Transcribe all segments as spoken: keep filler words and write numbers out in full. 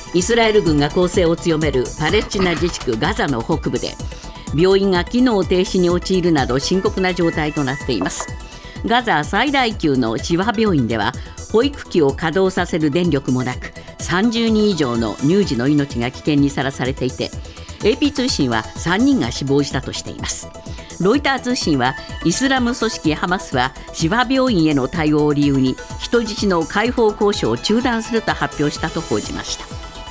イスラエル軍が攻勢を強めるパレスチナ自治区ガザの北部で病院が機能停止に陥るなど深刻な状態となっています。ガザ最大級のシファ病院では保育器を稼働させる電力もなくさんじゅうにん以上の乳児の命が危険にさらされていて エーピー 通信はさんにんが死亡したとしています。ロイター通信はイスラム組織ハマスはシファ病院への対応を理由に人質の解放交渉を中断すると発表したと報じました。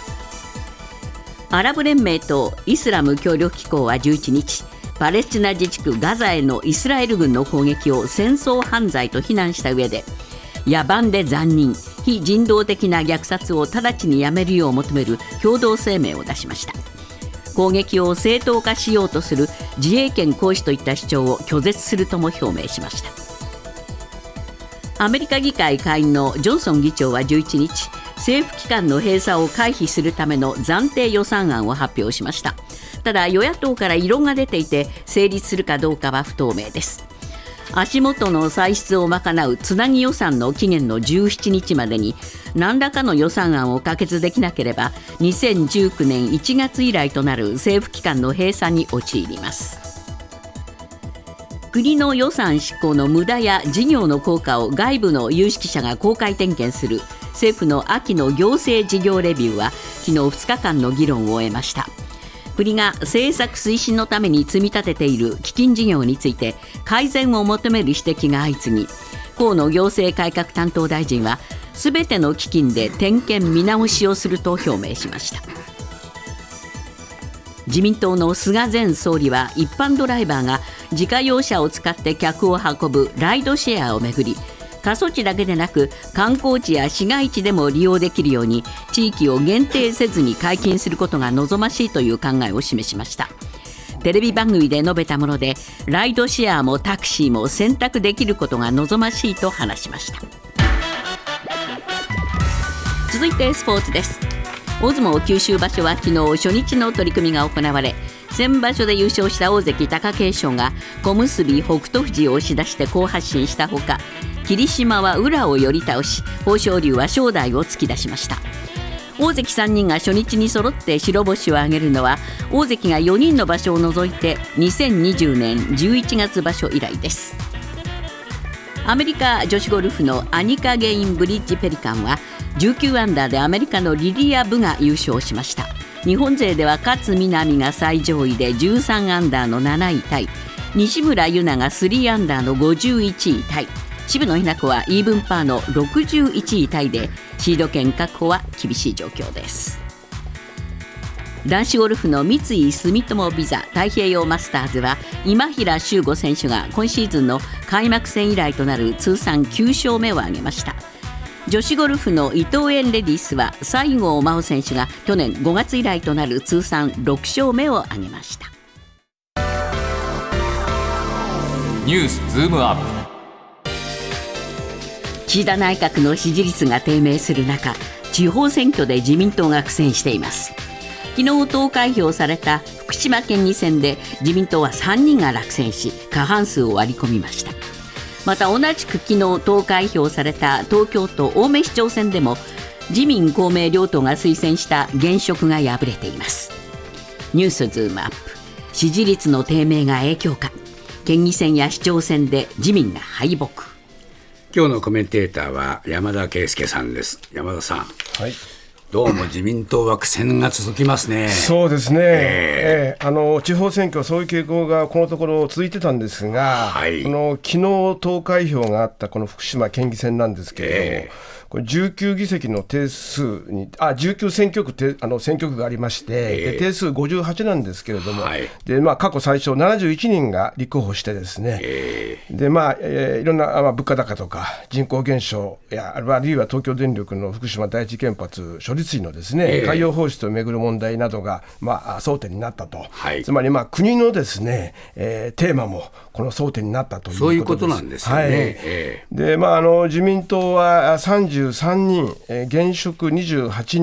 アラブ連盟とイスラム協力機構はじゅういちにちパレスチナ自治区ガザへのイスラエル軍の攻撃を戦争犯罪と非難した上で野蛮で残忍、非人道的な虐殺を直ちにやめるよう求める共同声明を出しました。攻撃を正当化しようとする自衛権行使といった主張を拒絶するとも表明しました。アメリカ議会下院のジョンソン議長はじゅういちにち政府機関の閉鎖を回避するための暫定予算案を発表しました。ただ与野党から異論が出ていて成立するかどうかは不透明です。足元の歳出を賄うつなぎ予算の期限のじゅうしちにちまでに何らかの予算案を可決できなければにせんじゅうきゅうねんいちがつ以来となる政府機関の閉鎖に陥ります。国の予算執行の無駄や事業の効果を外部の有識者が公開点検する政府の秋の行政事業レビューは昨日ふつかかんの議論を終えました。国が政策推進のために積み立てている基金事業について改善を求める指摘が相次ぎ、河野行政改革担当大臣はすべての基金で点検見直しをすると表明しました。自民党の菅前総理は一般ドライバーが自家用車を使って客を運ぶライドシェアをめぐり過疎地だけでなく観光地や市街地でも利用できるように地域を限定せずに解禁することが望ましいという考えを示しました。テレビ番組で述べたものでライドシェアもタクシーも選択できることが望ましいと話しました。続いてスポーツです。大相撲九州場所は昨日初日の取り組みが行われ先場所で優勝した大関貴景勝が小結北勝富士を押し出して好発進したほか霧島は宇良を寄り倒し豊昇龍は正代を突き出しました。大関さんにんが初日に揃って白星を挙げるのは大関がよにんの場所を除いてにせんにじゅうねんじゅういちがつ場所以来です。アメリカ女子ゴルフのアニカ・ゲインブリッジペリカンはじゅうきゅうアンダーでアメリカのリリア・ブが優勝しました。日本勢では勝みなみが最上位でじゅうさんアンダーのなないタイ、西村優菜がスリーアンダーのごじゅういちいタイ、渋野日向子はイーブンパーのろくじゅういちいタイでシード権確保は厳しい状況です。男子ゴルフの三井住友ビザ太平洋マスターズは今平周吾選手が今シーズンの開幕戦以来となる通算きゅう勝目を挙げました。女子ゴルフの伊藤園レディスは西郷真央選手が去年ごがつ以来となる通算ろく勝目を挙げました。 ニュースズームアップ。 岸田内閣の支持率が低迷する中、地方選挙で自民党が苦戦しています。昨日投開票された福島県議選で自民党はさんにんが落選し過半数を割り込みました。また同じく昨日投開票された東京都青梅市長選でも自民公明両党が推薦した現職が敗れています。ニュースズームアップ。支持率の低迷が影響か。県議選や市長選で自民が敗北。 今日のコメンテーターは山田圭介さんです。山田さん、はい、どうも自民党は苦戦が続きますね。 そうですね、えーえー、あの地方選挙そういう傾向がこのところ続いてたんですが、はい、この昨日投開票があったこの福島県議選なんですけれども、えーこれじゅうきゅうぎせきの定数にあじゅうきゅう選挙区てあの選挙区がありまして、えー、で定数ごじゅうはちなんですけれども、はい、でまあ、過去最小ななじゅういちにんが立候補してですね、えーでまあえー、いろんな、まあ、物価高とか人口減少やあるいは東京電力の福島第一原発処理水のですね、えー、海洋放出をめぐる問題などが、まあ、争点になったと、はい、つまり、まあ、国のですね、えー、テーマもこの争点になったということです。 そういうことなんですよね、はいえーでまあ、あの自民党はさんじゅうさんにん、えー、現職にじゅうはちにん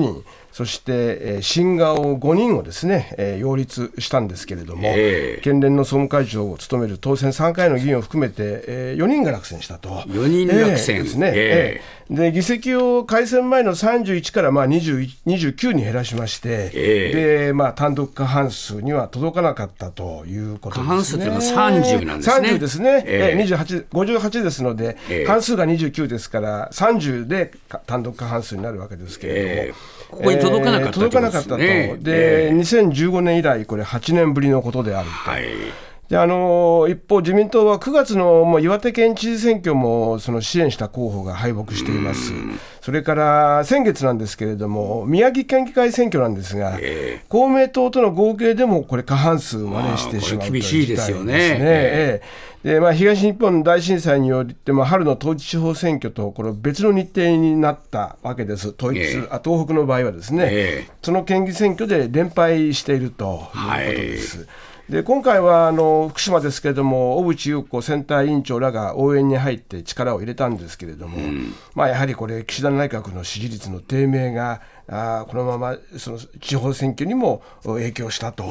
そして、えー、新顔ごにんをですね、えー、擁立したんですけれども、えー、県連の総務会長を務める当選さんかいの議員を含めて、えー、よにんが落選したと。 よにん落選、 えー、ですね、えー、で議席を改選前のさんじゅういちからまあにじゅうきゅうに減らしまして、えーでまあ、単独過半数には届かなかったということですね。過半数というのはさんじゅうなんですね。さんじゅうですね、えー、にじゅうはち、ごじゅうはちですので、えー、半数がにじゅうきゅうですからさんじゅうで単独過半数になるわけですけれども、えー、 ここに届かなかったということですね。 届かなかったと。で、えー、にせんじゅうごねん以来これはちねんぶりのことであると、はい。であの一方、自民党はくがつのもう岩手県知事選挙もその支援した候補が敗北しています。それから先月なんですけれども、宮城県議会選挙なんですが、えー、公明党との合計でもこれ過半数割れしてしまうという事態ですね。厳しいですよね。えーでまあ、東日本大震災によって、まあ、春の統一地方選挙とこれ別の日程になったわけです。統一、えー、あ東北の場合はですね、えー、その県議選挙で連敗しているということです。はい。で今回はあの福島ですけれども、小渕優子選対委員長らが応援に入って力を入れたんですけれども、うんまあ、やはりこれ岸田内閣の支持率の低迷があこのままその地方選挙にも影響したと。うん、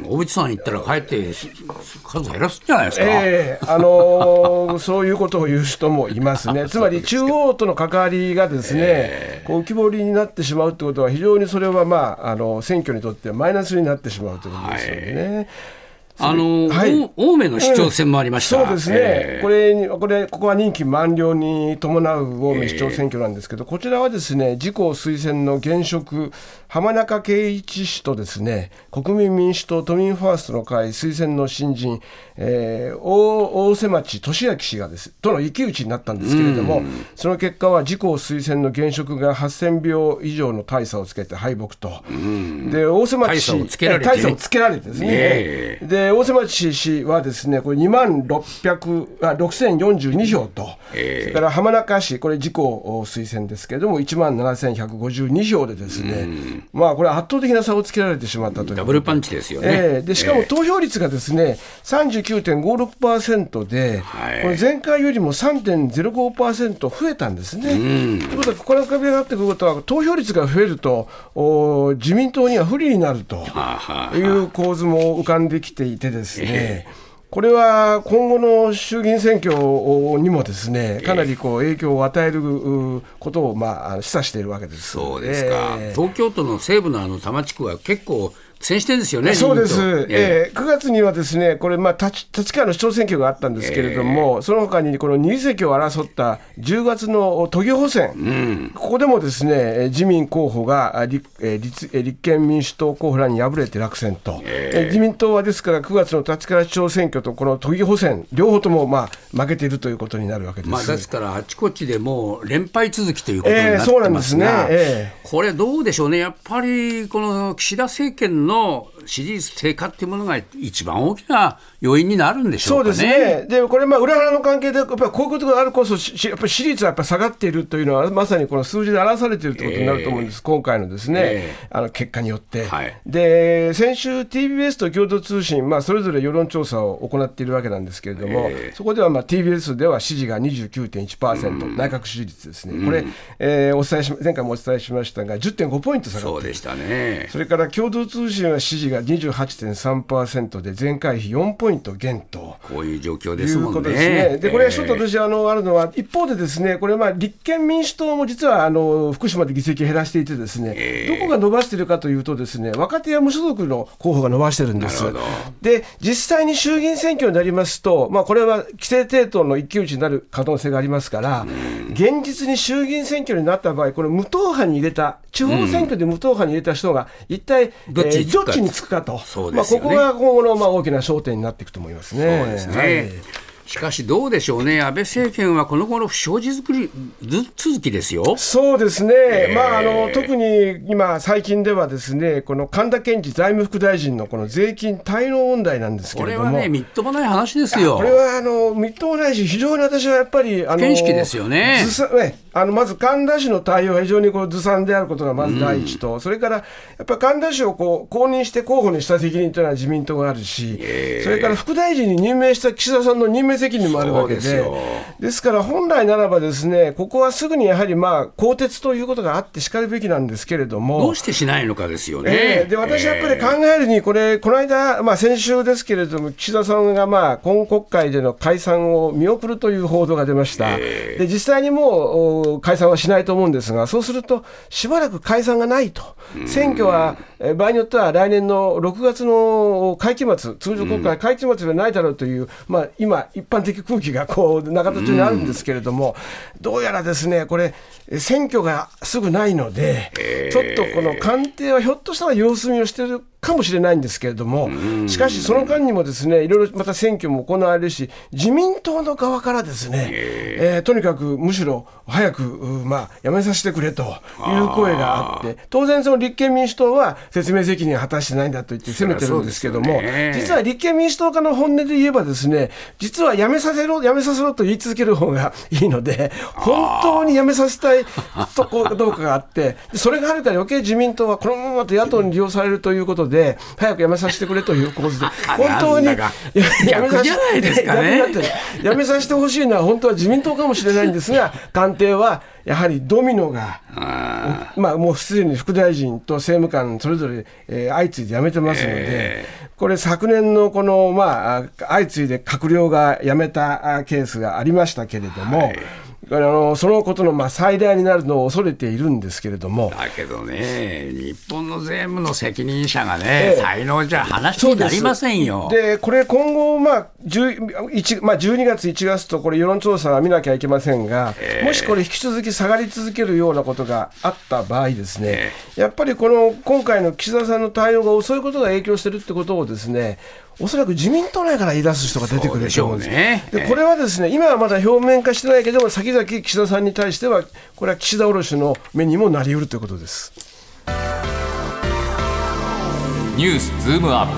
小渕さん言ったらかえって数減らすんじゃないですか。 えーあのー、そういうことを言う人もいますね。つまり中央との関わりがですね、えー、こう浮き彫りになってしまうということは非常にそれは、まあ、あの選挙にとってマイナスになってしまうということですよね。はいあのはい、青梅の市長選もありました、 うん、そうですね、えー、これにこれここは任期満了に伴う青梅市長選挙なんですけど、えー、こちらはですね自公推薦の現職浜中圭一氏とですね国民民主党都民ファーストの会推薦の新人、えー、大, 大瀬町俊明氏がですとの一騎打ちになったんですけれども、うん、その結果は自公推薦の現職がはっせんびょう以上の大差をつけて敗北と、うん、で大瀬町氏大差をつけられて、ね、大差をつけられてですね、えー、で大瀬町氏はですねこれにまんろっせんよんじゅうにひょうと、えー、それから浜中氏これ自公推薦ですけれどもいちまんななせんひゃくごじゅうにひょうでですね、うんまあ、これ圧倒的な差をつけられてしまったというダブルパンチですよね、 えー、でしかも投票率がですね さんじゅうきゅうてんごろくパーセント で、はい、これ前回よりも さんてんぜろごパーセント 増えたんですね。ということはここから浮かび上がってくることは投票率が増えると自民党には不利になるという構図も浮かんできていてですね、えーこれは今後の衆議院選挙にもですねかなりこう影響を与えることをまあ示唆しているわけです。 そうですか、えー、東京都の西部のあの多摩地区は結構苦戦してるんですよね。 そうです、えー、くがつにはですねこれ、まあ、立川の市長選挙があったんですけれども、えー、その他にこのに議席を争ったじゅうがつの都議補選、うん、ここでもですね自民候補が 立, 立, 立憲民主党候補らに敗れて落選と、えー、自民党はですからくがつの立川市長選挙とこの都議補選両方ともまあ負けているということになるわけです。 まあ、ですからあちこちでもう連敗続きということになってますが、えー、そうなんですね、えー、これどうでしょうね。やっぱりこの岸田政権のの支持率低下っていうものが一番大きな要因になるんでしょうかね。 そうですね。でこれまあ裏腹の関係でやっぱりこういうことがあるこそやっぱり支持率はやっぱり下がっているというのはまさにこの数字で表されているということになると思うんです、えー、今回のですね、えー、あの結果によって、はい、で先週 ティービーエス と共同通信、まあ、それぞれ世論調査を行っているわけなんですけれども、えー、そこではまあ ティービーエス では支持が にじゅうきゅうてんいちパーセント、うん、内閣支持率ですね、うん、これ、えー、お伝えし前回もお伝えしましたが じゅってんごポイント下がっている。 そうでしたね。 それから共同通信は支持が にじゅうはちてんさんパーセント で前回比よんポイント減とこういう状況ですもんね。 いうことですね。でこれはちょっと私あのあるのは一方でですねこれまあ立憲民主党も実はあの福島で議席減らしていてですね、えー、どこが伸ばしているかというとですね若手や無所属の候補が伸ばしてるんです。で実際に衆議院選挙になりますと、まあ、これは規制抵当の一騎打ちになる可能性がありますから、現実に衆議院選挙になった場合これ無党派に入れた地方選挙で無党派に入れた人が一体どっちにつくかと、まあ、ここが今後のまあ大きな焦点になっていくと思いますね。 そうですね、はい。しかしどうでしょうね。安倍政権はこの頃不祥事作り続きですよ。 そうですね、えーまあ、あの特に今最近ではですねこの神田憲次財務副大臣のこの税金滞納問題なんですけれども、 これはねみっともない話ですよ。 これはあのみっともないし非常に私はやっぱりあの不見識ですよね。 ずさねあのまず神田氏の対応が非常にこうずさんであることがまず第一と、うん、それからやっぱり神田氏をこう公認して候補にした責任というのは自民党があるし、えー、それから副大臣に任命した岸田さんの任命責責任もあるわけ で, で, ですから本来ならばですね、ここはすぐにやはりまあ更迭ということがあってしかるべきなんですけれども、 どうしてしないのかですよね。 えー、で私はやっぱり考えるに、これこの間、まあ、先週ですけれども、岸田さんがまあ今国会での解散を見送るという報道が出ました。で実際にもう解散はしないと思うんですが、そうするとしばらく解散がないと、選挙は場合によっては来年のろくがつの会期末、通常国会会期末ではないだろうという、まあ、今一般的空気がこう永田町にあるんですけれども、どうやらですね、これ選挙がすぐないので、ちょっとこの官邸はひょっとしたら様子見をしているかもしれないんですけれども、しかしその間にもですね、いろいろまた選挙も行われるし、自民党の側からですね、えー、とにかくむしろ早く、まあ、やめさせてくれという声があって、当然その立憲民主党は説明責任を果たしてないんだと言って責めてるんですけども、実は立憲民主党家の本音で言えばですね、実はやめさせろやめさせろと言い続ける方がいいので、本当にやめさせたいとこどうかがあって、それがあるから余計自民党はこのままと野党に利用されるということでで早くやめさせてくれという構図で、本当にやめさせてやめさせてほしいのは本当は自民党かもしれないんですが、官邸はやはりドミノが、あまあ、もうすでに副大臣と政務官それぞれ、えー、相次いで辞めてますので、えー、これ昨年のこの、まあ、相次いで閣僚が辞めたケースがありましたけれども、はい、あのそのことのまあ最大になるのを恐れているんですけれども、 だけどね、日本の税務の責任者がね、滞納、えー、じゃ話になりませんよ。 でこれ今後、まあじゅう、まあ、じゅうにがついちがつとこれ世論調査は見なきゃいけませんが、えー、もしこれ引き続き下がり続けるようなことがあった場合ですね、えー、やっぱりこの今回の岸田さんの対応が遅いことが影響しているってことをですね、おそらく自民党内から言い出す人が出てくると思うんです。そうでしょうね。でこれはですね、今はまだ表面化してないけども、先々岸田さんに対してはこれは岸田おろしの目にもなりうるということです。 ニュースズームアップ。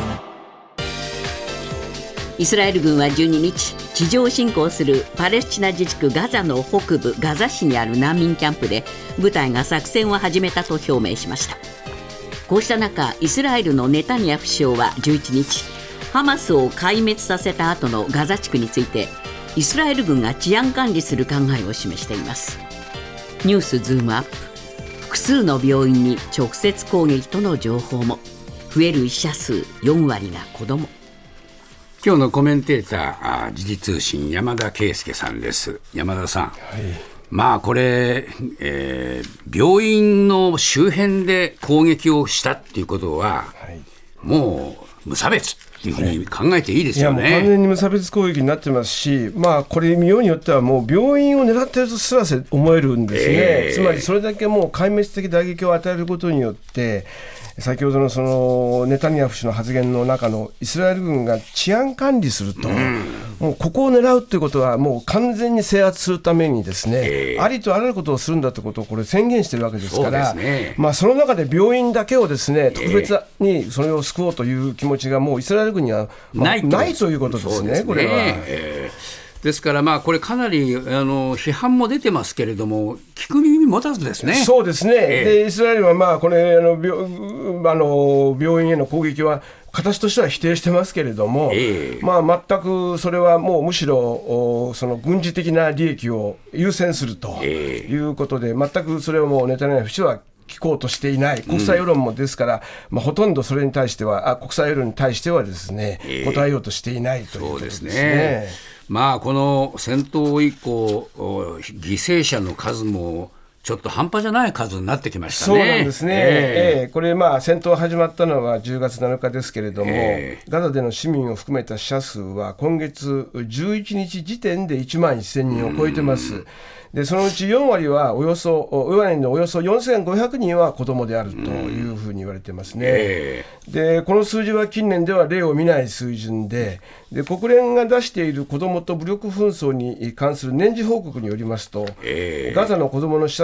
イスラエル軍はじゅうににち、地上侵攻するパレスチナ自治区ガザの北部ガザ市にある難民キャンプで部隊が作戦を始めたと表明しました。こうした中、イスラエルのネタニヤフ首相はじゅういちにち、ハマスを壊滅させた後のガザ地区についてイスラエル軍が治安管理する考えを示しています。ニュースズームアップ。複数の病院に直接攻撃との情報も。増える死者数よんわりが子ども。 今日のコメンテーター、時事通信山田圭介さんです。山田さん、はい、まあこれ、えー、病院の周辺で攻撃をしたっていうことは、はい、もう無差別というふうに考えていいですよね。 いやもう完全に無差別攻撃になってますし、まあ、これ見ようによってはもう病院を狙っているとすらせ思えるんですね、えー、つまりそれだけもう壊滅的打撃を与えることによって先ほどのそのネタニヤフ氏の発言の中のイスラエル軍が治安管理すると、うん、もうここを狙うということはもう完全に制圧するためにですね、えー、ありとあらゆることをするんだということをこれ宣言しているわけですから、 そうですね、まあ、その中で病院だけをですね特別にそれを救おうという気持ちがもうイスラエル軍には、まあ、ないと、ないということですね、これは、えーですから、まあ、これかなりあの批判も出てますけれども、聞く耳持たずですね。 そうですね、ええ、でイスラエルは、まあ、これあの 病, あの病院への攻撃は形としては否定してますけれども、ええ、まあ、全くそれはもうむしろその軍事的な利益を優先するということで、ええ、全くそれをもうネタニヤフ氏は聞こうとしていない。国際世論もですから、うん、まあ、ほとんどそれに対してはあ国際世論に対してはですね、ええ、答えようとしていないということですね。そうですね。 まあ、この戦闘以降犠牲者の数もちょっと半端じゃない数になってきましたね。 そうなんですね、えーえー、これ、まあ、戦闘始まったのはじゅうがつなのかですけれども、えー、ガザでの市民を含めた死者数は今月じゅういちにち時点でいちまんせんにんを超えてます。でそのうちよんわりはおよそよんわりのおよそよんせんごひゃくにんは子どもであるというふうに言われてますね、えー、でこの数字は近年では例を見ない水準で、で国連が出している子どもと武力紛争に関する年次報告によりますと、えー、ガザの子どもの死者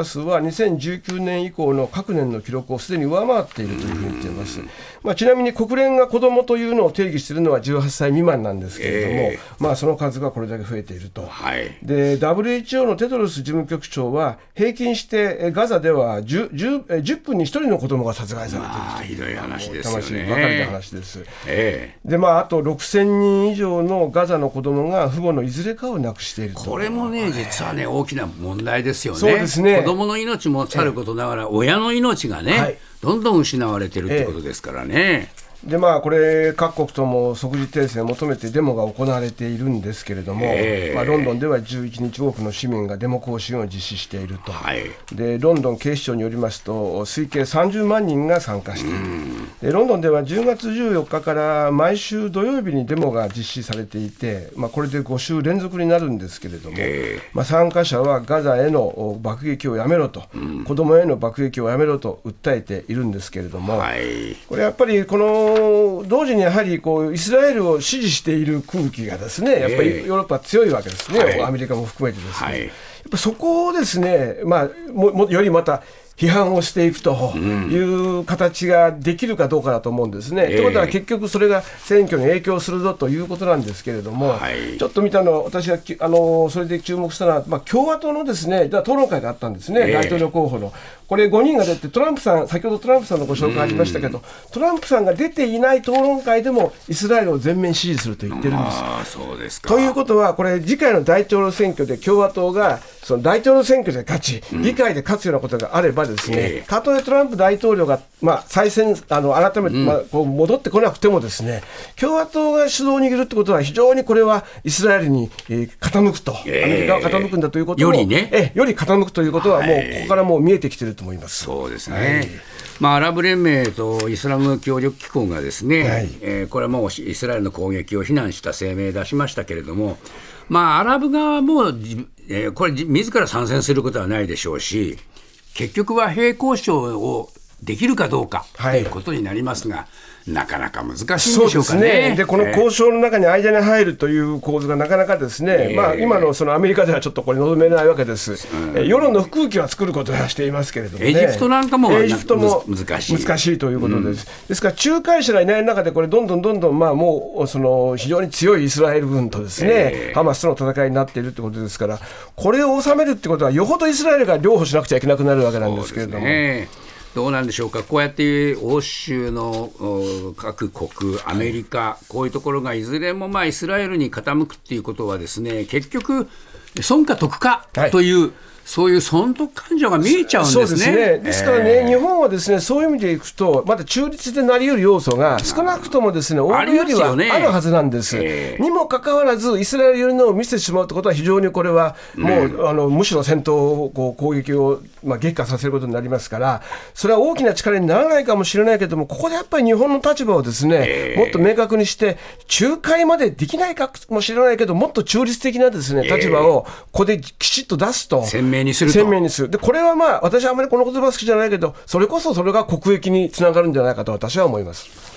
数はにせんじゅうきゅうねん以降の各年の記録をすでに上回っているというふうに言っています。まあ、ちなみに国連が子どもというのを定義しているのはじゅうはっさい未満なんですけれども、えーまあ、その数がこれだけ増えていると、はい、で ダブリューエイチオー のテドロス事務局長は平均してガザでは 10, 10, じゅっぷんにひとりの子どもが殺害されているという、まあ、 ひどい話ですよね。 魂ばかりの話です、 えーでまあ、あとろくせんにん以上のガザの子どもが父母のいずれかを亡くしていると。 これもね実はね大きな問題ですよね。 そうですね。 子どもの命もさることながら、えー、親の命がね、はい、どんどん失われているということですからね、えーでまあ、これ各国とも即時停戦を求めてデモが行われているんですけれども、えーまあ、ロンドンではじゅういちにち多くの市民がデモ行進を実施していると、はい、でロンドン警視庁によりますと推計さんじゅうまんにんが参加している。でロンドンではじゅうがつじゅうよっかから毎週土曜日にデモが実施されていて、まあ、これでご週連続になるんですけれども、えーまあ、参加者はガザへの爆撃をやめろと、うん、子どもへの爆撃をやめろと訴えているんですけれども、はい、これやっぱりこの同時にやはりこうイスラエルを支持している空気がですねやっぱりヨーロッパは強いわけですね、はい、アメリカも含めてですね、はい、やっぱそこをですね、まあ、ももよりまた批判をしていくという形ができるかどうかだと思うんですね。と、うん、いうことは結局それが選挙に影響するぞということなんですけれども、はい、ちょっと見たのは私があのそれで注目したのは、まあ、共和党のですね討論会があったんですね、えー、大統領候補のこれごにんが出てトランプさん先ほどトランプさんのご紹介ありましたけどトランプさんが出ていない討論会でもイスラエルを全面支持すると言ってるんです。 あそうですか。 ということはこれ次回の大統領選挙で共和党がその大統領選挙で勝ち、うん、議会で勝つようなことがあればですね、えー、たとえトランプ大統領が、まあ、再選あの改めて、まあ、こう戻ってこなくてもですね共和党が主導を握るってことは非常にこれはイスラエルに、えー、傾くと、えー、アメリカが傾くんだということもよりね、 えー、より傾くということはもう、はい、ここからもう見えてきていると思います。 そうですね、はいまあ、アラブ連盟とイスラム協力機構がですね、はいえー、これはもうイスラエルの攻撃を非難した声明を出しましたけれども、まあ、アラブ側も、えー、これ自ら参戦することはないでしょうし結局は和平交渉をできるかどうかということになりますが、はいなかなか難しいんでしょうかね。そうですね。 でこの交渉の中に間に入るという構図がなかなかですね、えーまあ、今のそのアメリカではちょっとこれ望めないわけです、うん、世論の空気は作ることはしていますけれども、ね、 エジプトなんかもエジプトも難しい難しいということです、うん、ですから仲介者がいない中でこれどんどんどんどんまあもうその非常に強いイスラエル軍とですね、えー、ハマスとの戦いになっているということですからこれを収めるということはよほどイスラエルが譲歩しなくちゃいけなくなるわけなんですけれどもどうなんでしょうか。こうやって欧州の各国アメリカ、はい、こういうところがいずれもまあイスラエルに傾くっていうことはですね結局損か得かという、はいそういう損得感情が見えちゃうんですね。 そうですね。ですからね、えー、日本はですね、そういう意味でいくと、まだ中立でなり得る要素が少なくともですね、欧米よりはあるはずなんです。えー、にもかかわらず、イスラエル寄りのを見せてしまうということは、非常にこれはもう、うん、あのむしろ戦闘をこう攻撃を、まあ、激化させることになりますから、それは大きな力にならないかもしれないけれども、ここでやっぱり日本の立場をですね、えー、もっと明確にして、仲介までできないかもしれないけど、もっと中立的なですね、立場をここできちっと出すと。 鮮明にすると。 鮮明にする。でこれはまあ私はあまりこの言葉好きじゃないけどそれこそそれが国益につながるんじゃないかと私は思います。